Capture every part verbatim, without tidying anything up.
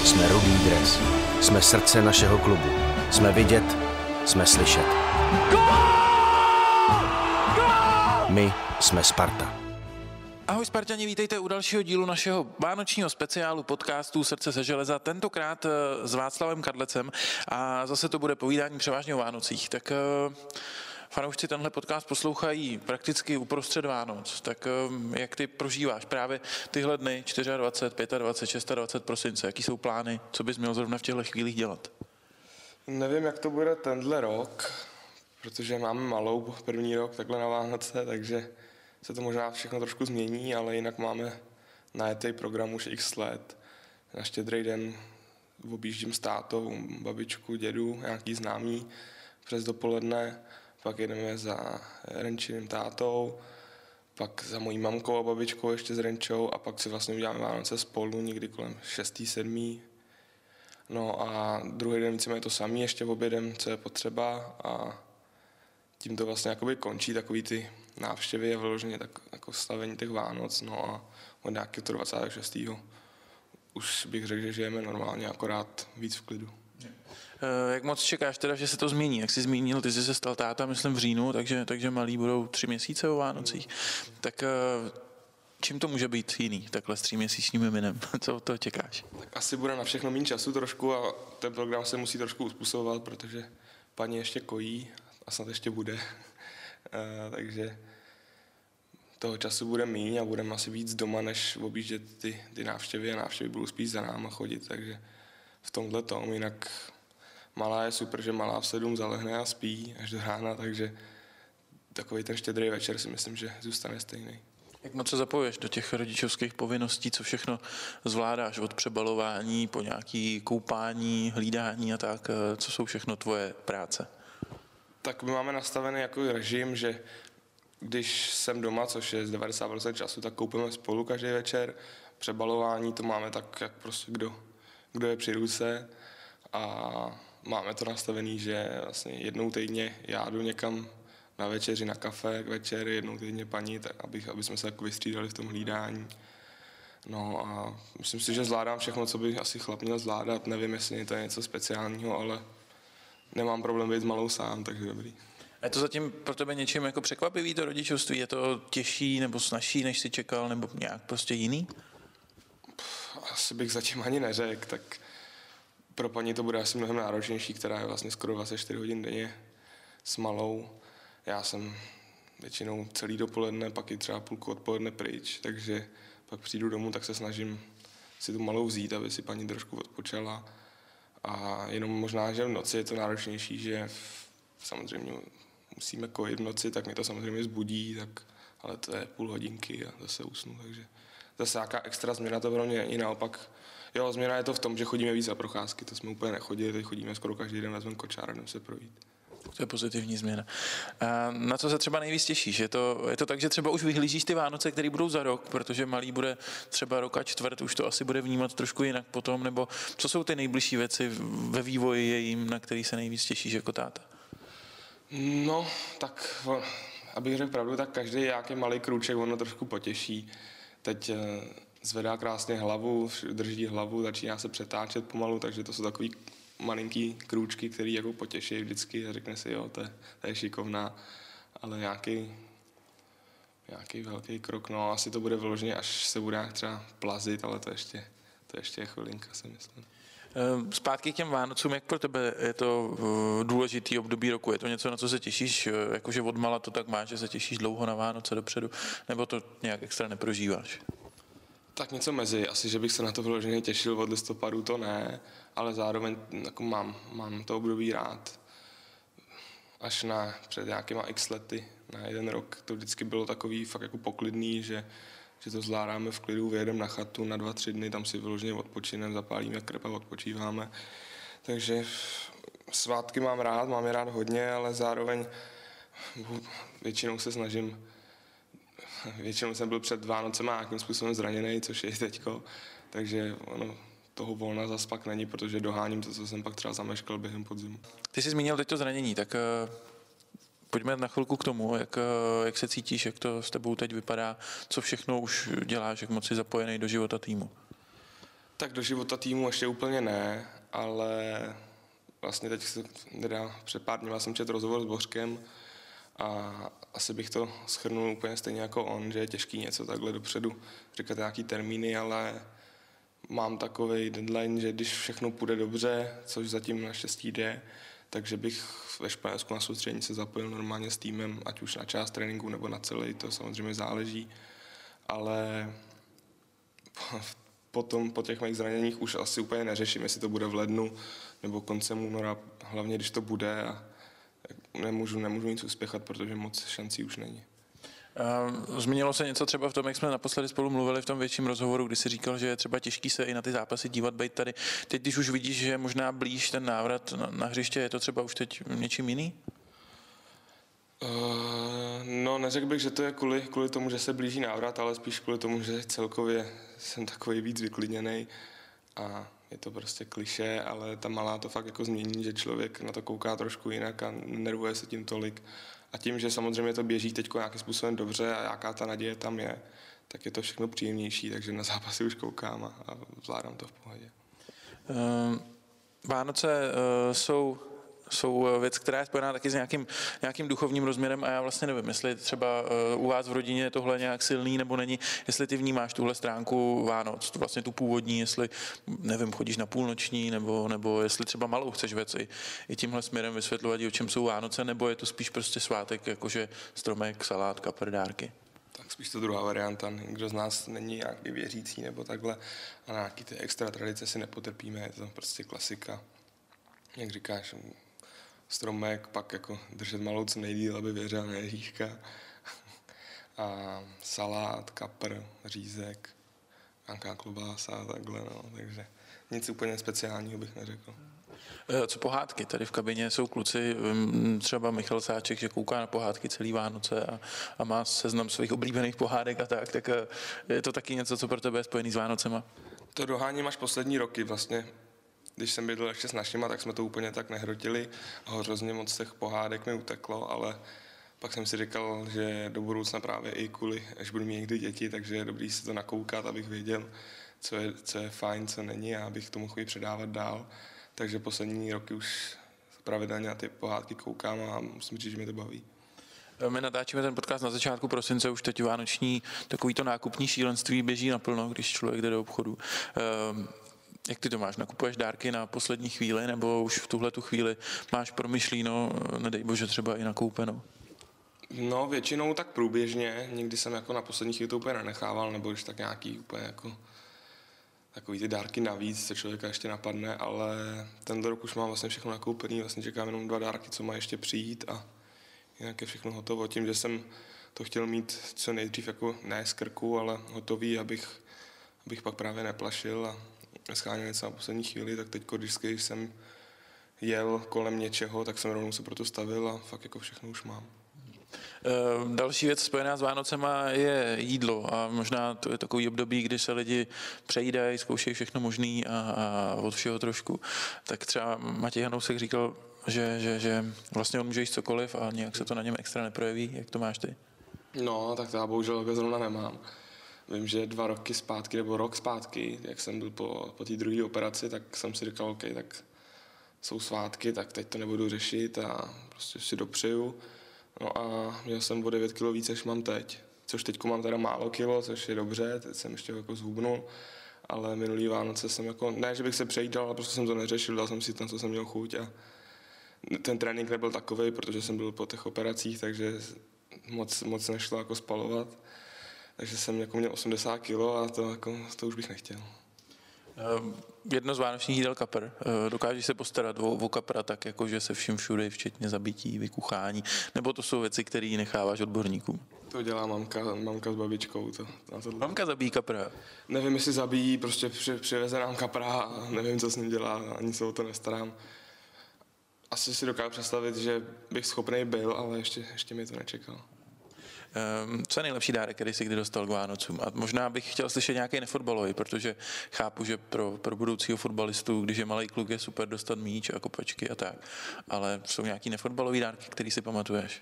Jsme Rudý dres. Jsme srdce našeho klubu. Jsme vidět, jsme slyšet. My jsme Sparta. Ahoj Spartani, vítejte u dalšího dílu našeho vánočního speciálu podcastu Srdce ze železa, tentokrát s Václavem Kadlecem a zase to bude povídání převážně o Vánocích. Tak fanoušci tenhle podcast poslouchají prakticky uprostřed Vánoc, tak jak ty prožíváš právě tyhle dny dvacet čtyři, dvacet pět, dvacet šest prosince, jaký jsou plány, co bys měl zrovna v těchto chvílích dělat? Nevím, jak to bude tenhle rok, protože máme malou první rok takhle na Vánoce, takže se to možná všechno trošku změní, ale jinak máme najetý program už x let. Na Štědrý den objíždím s tátou, babičku, dědu, nějaký známý přes dopoledne, pak jedeme za Renčiným tátou, pak za mojí mamkou a babičkou ještě s Renčou a pak si vlastně uděláme Vánoce spolu někdy kolem šestý, sedmý. No a druhý den víceméně to samý, ještě obědem, co je potřeba a tím to vlastně jakoby končí takový ty návštěvy a vyloženě tak, jako slavení těch Vánoc, no a od nějakého dvacátého šestého už bych řekl, že žijeme normálně, akorát víc v klidu. Jak moc čekáš teda, že se to změní? Jak jsi zmínil, ty jsi se stal táta, myslím v říjnu, takže, takže malí budou tři měsíce o Vánocích. Tak čím to může být jiný, takhle s tříměsíčním minem? Co od toho čekáš? Tak asi bude na všechno méně času trošku a ten program se musí trošku uspůsobovat, protože paní ještě kojí a snad ještě bude. Takže toho času bude míň a budeme asi víc doma, než objíždět ty, ty návštěvy a návštěvy budou spíš za náma chodit, takže v tomhle tom, jinak malá je super, že malá v sedm zalehne a spí až do rána, takže takový ten štědrý večer si myslím, že zůstane stejný. Jak moc se zapojuješ do těch rodičovských povinností, co všechno zvládáš od přebalování po nějaký koupání, hlídání a tak, co jsou všechno tvoje práce? Tak my máme nastavený jako režim, že když jsem doma, což je z devadesát procent času, tak koupíme spolu každý večer. Přebalování to máme tak, jak prostě kdo, kdo je při ruce a máme to nastavený, že vlastně jednou týdně já jdu někam na večeři, na kafe k večer, jednou týdně paní, tak abych, aby jsme se jako vystřídali v tom hlídání. No a myslím si, že zvládám všechno, co by asi chlap měl zvládat. Nevím, jestli to je něco speciálního, ale nemám problém být s malou sám, takže dobrý. A je to zatím pro tebe něčím jako překvapivý to rodičovství? Je to těžší nebo snazší, než jsi čekal, nebo nějak prostě jiný? Asi bych zatím ani neřekl, tak pro paní to bude asi mnohem náročnější, která je vlastně skoro dvacet čtyři hodin denně s malou. Já jsem většinou celý dopoledne, pak i třeba půlku odpoledne pryč, takže pak přijdu domů, tak se snažím si tu malou vzít, aby si paní trošku odpočala. A jenom možná, že v noci je to náročnější, že samozřejmě musíme kojit v noci, tak mě to samozřejmě zbudí, tak, ale to je půl hodinky a zase usnu, takže zase nějaká extra změna to pro mě není, naopak. Jo, změna je to v tom, že chodíme víc za procházky, to jsme úplně nechodili, teď chodíme skoro každý den, vezmeme kočár a jdeme se projít. To je pozitivní změna. A na co se třeba nejvíc těšíš? Je to, je to tak, že třeba už vyhlížíš ty Vánoce, které budou za rok, protože malý bude třeba rok a čtvrt, už to asi bude vnímat trošku jinak potom, nebo co jsou ty nejbližší věci ve vývoji jejím, na který se nejvíc těšíš jako táta? No, tak abych řekl pravdu, tak každý nějaký malý krůček ono trošku potěší. Teď zvedá krásně hlavu, drží hlavu, začíná se přetáčet pomalu, takže to jsou takový malinký krůčky, který jako potěší vždycky a řekne si, jo, to je, to je šikovná, ale nějaký, nějaký velký krok, no asi to bude vyloženě, až se bude třeba plazit, ale to ještě, to ještě je chvilinka, si myslím. Zpátky k těm Vánocům, jak pro tebe je to důležitý období roku? Je to něco, na co se těšíš, jakože odmala to tak máš, že se těšíš dlouho na Vánoce dopředu, nebo to nějak extra neprožíváš? Tak něco mezi, asi, že bych se na to vyloženě těšil od listopadu, to ne, ale zároveň jako mám, mám to období rád. Až na před nějakýma x lety, na jeden rok, to vždycky bylo takový fakt jako poklidný, že, že to zvládáme v klidu, vyjedeme na chatu na dva, tři dny, tam si vyloženě odpočineme, zapálíme krb a odpočíváme. Takže svátky mám rád, mám je rád hodně, ale zároveň většinou se snažím. Většinou jsem byl před Vánocema nějakým způsobem zraněný, což je i teďko, takže ono, toho volna zas pak není, protože doháním to, co jsem pak třeba zameškal během podzimu. Ty jsi zmínil teď to zranění, tak uh, pojďme na chvilku k tomu, jak, uh, jak se cítíš, jak to s tebou teď vypadá, co všechno už děláš, jak moc jsi zapojený do života týmu. Tak do života týmu ještě úplně ne, ale vlastně teď se nedá, před pár dní jsem četl rozhovor s Bořkem a asi bych to shrnul úplně stejně jako on, že je těžký něco takhle dopředu říkat nějaký termíny, ale mám takový deadline, že když všechno půjde dobře, což zatím naštěstí jde, takže bych ve Španělsku na soustředění se zapojil normálně s týmem, ať už na část tréninku nebo na celý, to samozřejmě záleží, ale potom po těch mých zraněních už asi úplně neřeším, jestli to bude v lednu nebo koncem února, hlavně když to bude a nemůžu, nemůžu nic uspěchat, protože moc šancí už není. Změnilo se něco třeba v tom, jak jsme naposledy spolu mluvili v tom větším rozhovoru, kdy jsi říkal, že je třeba těžký se i na ty zápasy dívat, být tady. Teď, když už vidíš, že je možná blíž ten návrat na, na hřiště, je to třeba už teď něčím jiný? Uh, no, neřekl bych, že to je kvůli, kvůli tomu, že se blíží návrat, ale spíš kvůli tomu, že celkově jsem takový víc vyklidněnej a je to prostě klišé, ale ta malá to fakt jako změní, že člověk na to kouká trošku jinak a nervuje se tím tolik. A tím, že samozřejmě to běží teď nějakým způsobem dobře a jaká ta naděje tam je, tak je to všechno příjemnější, takže na zápasy už koukám a, a zvládám to v pohodě. Uh, Vánoce uh, jsou... jsou věc, která je spojená taky s nějakým, nějakým duchovním rozměrem a já vlastně nevím, jestli třeba uh, u vás v rodině je tohle nějak silný nebo není, jestli ty vnímáš tuhle stránku Vánoc, tu vlastně tu původní, jestli, nevím, chodíš na půlnoční nebo, nebo jestli třeba malou chceš věc i, i tímhle směrem vysvětlovat, o čem jsou Vánoce, nebo je to spíš prostě svátek, jakože stromek, salát, kapr, dárky. Tak spíš to druhá varianta, nikdo z nás není nějaký věřící nebo takhle a na nějaký ty extra tradice si nepotrpíme, je to prostě klasika. Jak říkáš, stromek, pak jako držet malou co nejdýl, aby věřila na Ježíška. A salát, kapr, řízek, nějaká klobása, takhle, no, takže nic úplně speciálního bych neřekl. Co pohádky? Tady v kabině jsou kluci, třeba Michal Sáček, že kouká na pohádky celý Vánoce a, a má seznam svých oblíbených pohádek a tak, tak je to taky něco, co pro tebe je spojený s Vánocema? To doháním až poslední roky vlastně. Když jsem bydlel ještě s našima, tak jsme to úplně tak nehrotili a hrozně moc těch pohádek mi uteklo, ale pak jsem si říkal, že do budoucna právě i kvůli, až budu mít někdy děti, takže je dobrý si to nakoukat, abych věděl, co je, co je fajn, co není a abych to mohl i předávat dál. Takže poslední roky už pravidelně na ty pohádky koukám a musím říct, že mě to baví. My natáčíme ten podcast na začátku prosince, už teď vánoční takový to nákupní šílenství běží naplno, když člověk jde do obchodu. Um, Jak ty to máš? Nakupuješ dárky na poslední chvíli nebo už v tuhle tu chvíli máš promyšlíno, nedej bože, třeba i nakoupeno? No, většinou tak průběžně, někdy jsem jako na poslední chvíli to úplně nenechával, nebo když tak nějaký úplně jako takový ty dárky navíc, co člověka ještě napadne, ale tenhle rok už mám vlastně všechno nakoupený, vlastně čekám jenom dva dárky, co má ještě přijít a jinak je všechno hotovo. Tím, že jsem to chtěl mít co nejdřív jako ne z krku, ale hotový, abych, abych pak právě neplašil a scháněl něco na poslední chvíli, tak teď, když, když jsem jel kolem něčeho, tak jsem rovnou se proto stavil a fakt jako všechno už mám. Další věc spojená s Vánocema je jídlo a možná to je takový období, kdy se lidi přejídají, zkoušejí všechno možný a, a od všeho trošku. Tak třeba Matěj Hanousek říkal, že, že, že vlastně on může jíst cokoliv a nějak se to na něm extra neprojeví. Jak to máš ty? No, tak to já bohužel zrovna nemám. Vím, že dva roky zpátky, nebo rok zpátky, jak jsem byl po, po té druhé operaci, tak jsem si říkal, OK, tak jsou svátky, tak teď to nebudu řešit a prostě si dopřeju. No a měl jsem o devět kilo víc, než mám teď. Což teď mám teda málo kilo, což je dobře, teď jsem ještě jako zhubnul. Ale minulý Vánoce jsem jako, ne, že bych se přejídal, ale prostě jsem to neřešil, dal jsem si tam, co jsem měl chuť a ten trénink nebyl takovej, protože jsem byl po těch operacích, takže moc, moc nešlo jako spalovat. Takže jsem jako měl osmdesát kilo a to, jako, to už bych nechtěl. Jedno z vánočních jídel kapr. Dokážeš se postarat o, o kapra tak, jako že se vším všude, včetně zabití, vykuchání, nebo to jsou věci, které necháváš odborníkům? To dělá mamka, mamka s babičkou. To, to mamka zabíjí kapra? Nevím, jestli zabíjí, prostě při, přiveze nám kapra a nevím, co s ním dělá, ani se o to nestarám. Asi si dokážu představit, že bych schopný byl, ale ještě, ještě mi to nečekal. Co je nejlepší dárek, který jsi kdy dostal k Vánocům? A možná bych chtěl slyšet nějaký nefotbalový, protože chápu, že pro, pro budoucího fotbalistu, když je malý kluk, je super dostat míč a kopačky a tak. Ale jsou nějaký nefotbalový dárky, který si pamatuješ?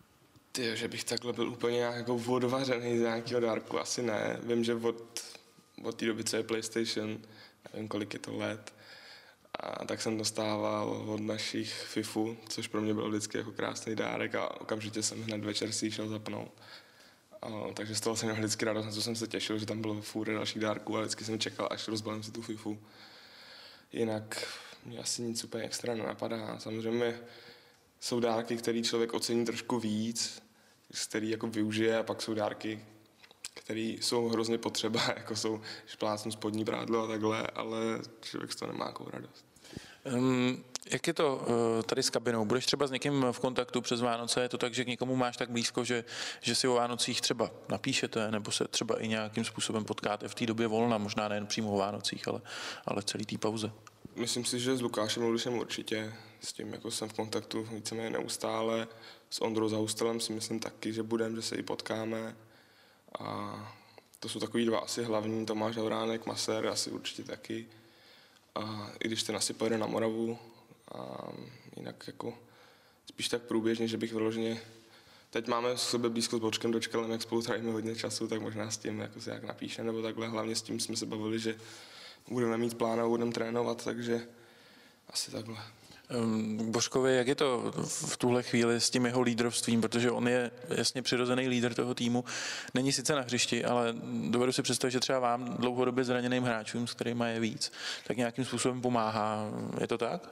Ty, že bych takhle byl úplně nějak jako odvařený z nějakého dárku, asi ne. Vím, že od od té doby, co je PlayStation, nevím, kolik je to let, a tak jsem dostával od našich FIFU, což pro mě byl vždycky jako krásný dárek a okamžitě jsem hned večer si ji šel zapnout. A, takže z toho jsem měl vždycky radost, na co jsem se těšil, že tam bylo fůry dalších dárků a vždycky jsem čekal, až rozbalím si tu FIFU. Jinak mě asi nic úplně extra nenapadá. Samozřejmě jsou dárky, které člověk ocení trošku víc, který jako využije, a pak jsou dárky, které jsou hrozně potřeba, jako jsou šplácnu spodní prádlo a takhle, ale člověk z toho nemá jako radost. Um, jak je to uh, tady s kabinou? Budeš třeba s někým v kontaktu přes Vánoce? Je to tak, že k někomu máš tak blízko, že, že si o Vánocích třeba napíšete, nebo se třeba i nějakým způsobem potkáte v té době volna, možná nejen přímo o Vánocích, ale, ale celý té pauze? Myslím si, že s Lukášem Lulišem určitě, s tím jako jsem v kontaktu víceméně neustále, s Ondrou Zaustelem si myslím taky, že budeme, že se i potkáme. A to jsou takový dva asi hlavní, Tomáš Havránek, Maser, asi určitě taky. A i když ten asi pojede na Moravu, a jinak jako spíš tak průběžně, že bych vyloženě, teď máme s sebe blízko s Bočkem Dočkalem, jak spolu trávíme hodně času, tak možná s tím jako se jak napíše, nebo takhle, hlavně s tím jsme se bavili, že budeme mít plán a budeme trénovat, takže asi takhle. K Božkovi, jak je to v tuhle chvíli s tím jeho lídrovstvím, protože on je jasně přirozený lídr toho týmu, není sice na hřišti, ale dovedu si představit, že třeba vám dlouhodobě zraněným hráčům, s kterými je víc, tak nějakým způsobem pomáhá. Je to tak?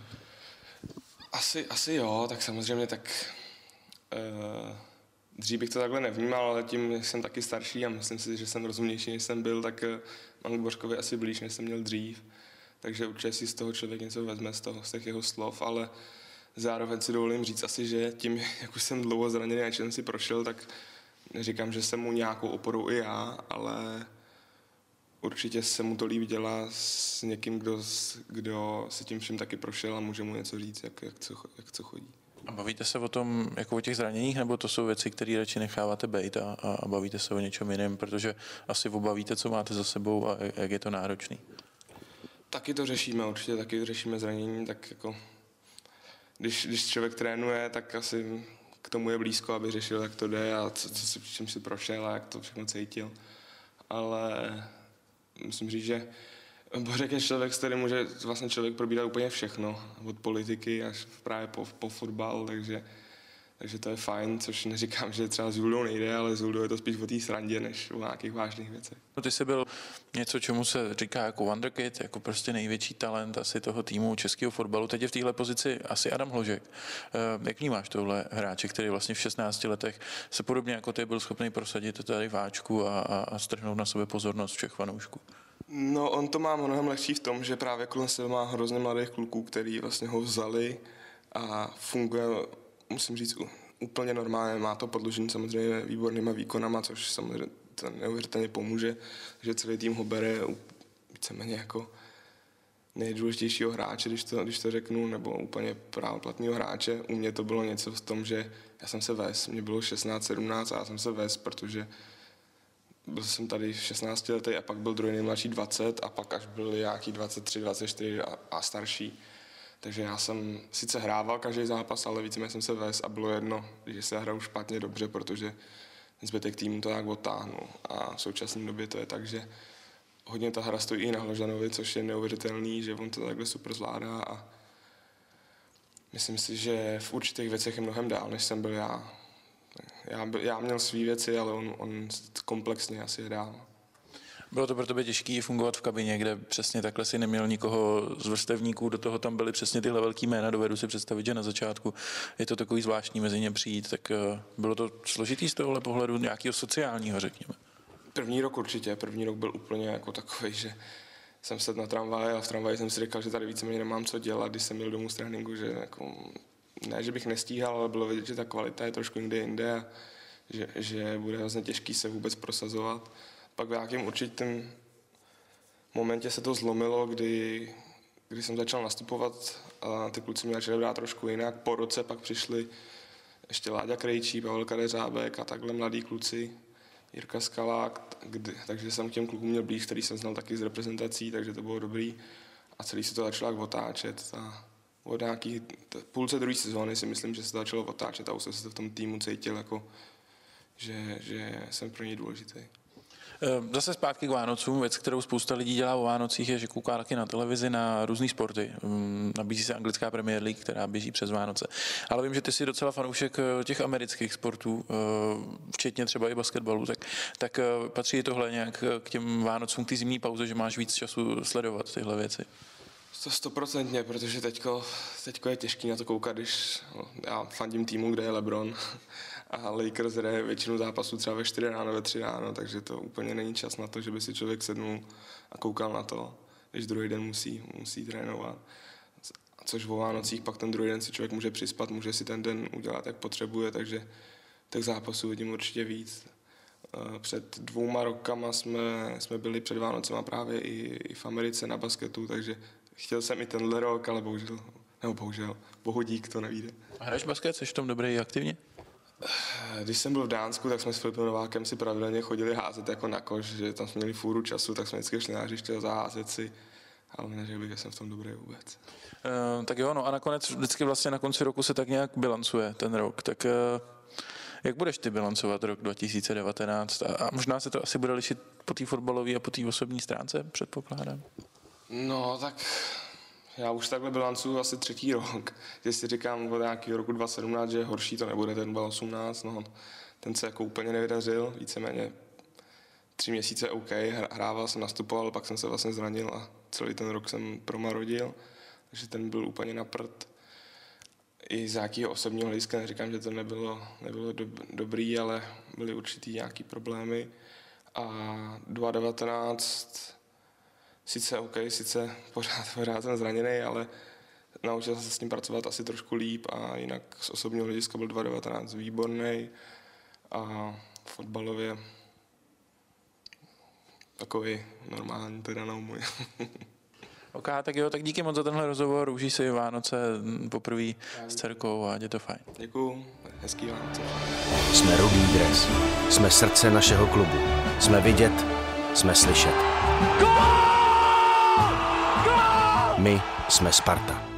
Asi, asi jo, tak samozřejmě tak uh, dřív bych to takhle nevnímal, ale tím jsem taky starší a myslím si, že jsem rozumnější, než jsem byl, tak uh, mám k Božkovi asi blíž, než jsem měl dřív. Takže určitě si z toho člověk něco vezme, z, toho, z těch jeho slov, ale zároveň si dovolím říct asi, že tím, jak už jsem dlouho zraněný a čem si prošel, tak neříkám, že jsem mu nějakou oporou i já, ale určitě se mu to líp dělá s někým, kdo, kdo si tím všem taky prošel a může mu něco říct, jak, jak, co, jak co chodí. A bavíte se o tom, jako o těch zraněních, nebo to jsou věci, které radši necháváte bejt a, a bavíte se o něčem jiném, protože asi oba víte, co máte za sebou a jak je to náročný? Taky to řešíme, určitě taky řešíme zranění, tak jako když, když člověk trénuje, tak asi k tomu je blízko, aby řešil, jak to jde a co, co si, čím si prošel a jak to všechno cítil. Ale musím říct, že Bořek je člověk, s kterým může vlastně člověk probírat úplně všechno, od politiky až právě po, po fotbal, takže, takže to je fajn, což neříkám, že třeba s Juldou nejde, ale s Juldou je to spíš o té srandě, než o nějakých vážných věcech. No, ty jsi byl něco, čemu se říká jako wonderkid, jako prostě největší talent asi toho týmu českého fotbalu. Teď je v téhle pozici asi Adam Hložek. Jak vnímáš tohle hráče, který vlastně v šestnácti letech se podobně jako ty byl schopný prosadit tady váčku a, a, a strhnout na sebe pozornost všech fanoušků? No, on to má mnohem lehčí v tom, že právě kolem sebe má hrozně mladých kluků, který vlastně ho vzali a funguje, musím říct, úplně normálně. Má to podložený samozřejmě výbornýma výkonama, což samozřejmě to neuvěřitelně pomůže, že celý tým ho bere víceméně jako nejdůležitějšího hráče, když to, když to řeknu, nebo úplně právoplatného hráče. U mě to bylo něco v tom, že já jsem se vez, mě bylo šestnáct sedmnáct a já jsem se vez, protože byl jsem tady v šestnácti letech a pak byl druhý nejmladší dvacet a pak až byl nějaký dvacet tři, dvacet čtyři a, a starší. Takže já jsem sice hrával každý zápas, ale víceméně jsem se vez a bylo jedno, že se hraju špatně dobře, protože zbytek týmu to nějak odtáhnul. A v současné době to je tak, že hodně ta hra stojí i na Hložanovi, což je neuvěřitelný, že on to takhle super zvládá a myslím si, že v určitých věcech je mnohem dál, než jsem byl já. Já, byl, já měl svý věci, ale on, on komplexně asi je dál. Bylo to pro tebe těžké fungovat v kabině, kde přesně takhle si neměl nikoho z vrstevníků, do toho tam byly přesně tyhle velký jména, dovedu si představit, že na začátku je to takový zvláštní mezi ně přijít, tak bylo to složitý z tohohle pohledu nějakého sociálního, řekněme. První rok určitě, první rok byl úplně jako takový, že jsem sedl na tramvaj a v tramvaji jsem si říkal, že tady víceméně nemám co dělat, když jsem měl domů z tréninku, že jako, ne, že bych nestíhal, ale bylo vidět, že ta kvalita je trošku někde jinde a že, že bude hrozně těžký se vůbec prosazovat. Pak v nějakém určitém momentě se to zlomilo, kdy, kdy jsem začal nastupovat a ty kluci mě začali brát trošku jinak. Po roce pak přišli ještě Láďa Krejčí, Pavel Kadeřábek a takhle mladí kluci, Jirka Skalák, kdy, takže jsem k těm klukům měl blíž, který jsem znal taky z reprezentací, takže to bylo dobrý. A celý se to začalo otáčet. A od nějaký půlce druhé sezóny si myslím, že se to začalo otáčet a už jsem se v tom týmu cítil, jako, že, že jsem pro něj důležitý. Zase zpátky k Vánocům. Věc, kterou spousta lidí dělá o Vánocích, je, že kouká taky na televizi na různý sporty. Nabízí se anglická Premier League, která běží přes Vánoce. Ale vím, že ty jsi docela fanoušek těch amerických sportů, včetně třeba i basketbalu. Tak, tak patří tohle nějak k těm Vánocům, k té zimní pauze, že máš víc času sledovat tyhle věci? To stoprocentně, protože teďko, teďko je těžký na to koukat, když no, já fandím týmu, kde je LeBron a Lakers hraje většinu zápasů třeba ve čtyři ráno, ve tři ráno, takže to úplně není čas na to, že by si člověk sednul a koukal na to, když druhý den musí, musí trénovat. Což o Vánocích pak ten druhý den si člověk může přispat, může si ten den udělat, jak potřebuje, takže těch zápasů vidím určitě víc. Před dvouma rokama jsme, jsme byli před Vánocema právě i, i v Americe na basketu, takže chtěl jsem i tenhle rok, ale bohužel, nebo bohužel, bohu dík, to nevíde. A hraješ basket, jsi v tom dobrý aktivně? Když jsem byl v Dánsku, tak jsme s Filipem Novákem si pravidelně chodili házet jako na koš, že tam jsme měli fůru času, tak jsme vždycky šli na hřiště a zaházet si, ale neřekl bych, že jsem v tom dobrý vůbec. Uh, tak jo, no a nakonec vždycky vlastně na konci roku se tak nějak bilancuje ten rok, tak uh, jak budeš ty bilancovat rok dva tisíce devatenáct a, a možná se to asi bude lišit po té fotbalové a po té osobní stránce, předpokládám? No, tak já už takhle bilancuju asi třetí rok, že si říkám od nějakého roku dva tisíce sedmnáct, že horší to nebude, ten dva tisíce osmnáct, no, ten se jako úplně nevydařil, víceméně tři měsíce OK, hrával jsem, nastupoval, pak jsem se vlastně zranil a celý ten rok jsem promarodil, takže ten byl úplně na prd. I z nějakého osobního hlediska neříkám, že to nebylo, nebylo do, dobrý, ale byly určitý nějaký problémy a dva tisíce devatenáct sice OK, sice pořád, pořád jsem zraněný, ale naučil jsem se s tím pracovat asi trošku líp a jinak z osobního hlediska byl dva tisíce devatenáct výborný a fotbalově takový normální teda na můj. OK, tak jo, tak díky moc za tenhle rozhovor, užij si Vánoce poprvé s dcerkou a je to fajn. Děkuju, hezký Vánoce. Jsme Rudý dres, jsme srdce našeho klubu, jsme vidět, jsme slyšet. My jsme Sparta.